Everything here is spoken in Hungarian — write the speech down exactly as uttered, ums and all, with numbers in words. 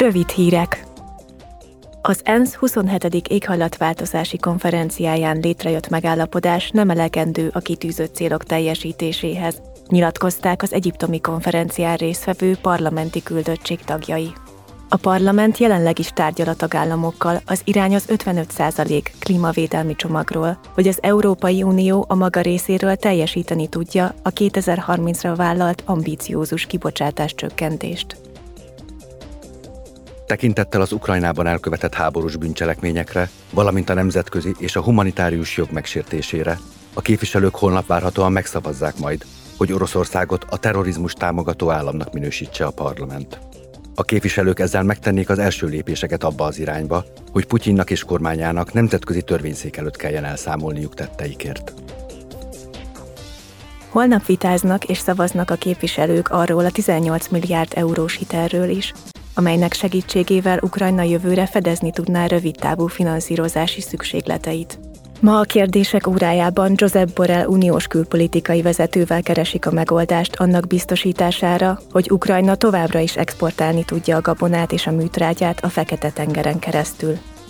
Rövid hírek. Az ENSZ huszonhetedik éghajlatváltozási konferenciáján létrejött megállapodás nem elegendő a kitűzött célok teljesítéséhez, nyilatkozták az egyiptomi konferencián résztvevő parlamenti küldöttség tagjai. A parlament jelenleg is tárgyal a tagállamokkal, az irány az ötvenöt százalék klímavédelmi csomagról, hogy az Európai Unió a maga részéről teljesíteni tudja a kétezer-harmincra vállalt ambiciózus kibocsátás csökkentést. Tekintettel az Ukrajnában elkövetett háborús bűncselekményekre, valamint a nemzetközi és a humanitárius jog megsértésére, a képviselők holnap várhatóan megszavazzák majd, hogy Oroszországot a terrorizmus támogató államnak minősítse a parlament. A képviselők ezzel megtennék az első lépéseket abba az irányba, hogy Putyinnak és kormányának nemzetközi törvényszék előtt kelljen elszámolniuk tetteikért. Holnap vitáznak és szavaznak a képviselők arról a tizennyolc milliárd eurós hitelről is, amelynek segítségével Ukrajna jövőre fedezni tudná rövidtávú finanszírozási szükségleteit. Ma a kérdések órájában Josep Borrell uniós külpolitikai vezetővel keresik a megoldást annak biztosítására, hogy Ukrajna továbbra is exportálni tudja a gabonát és a műtrágyát a Fekete-tengeren keresztül.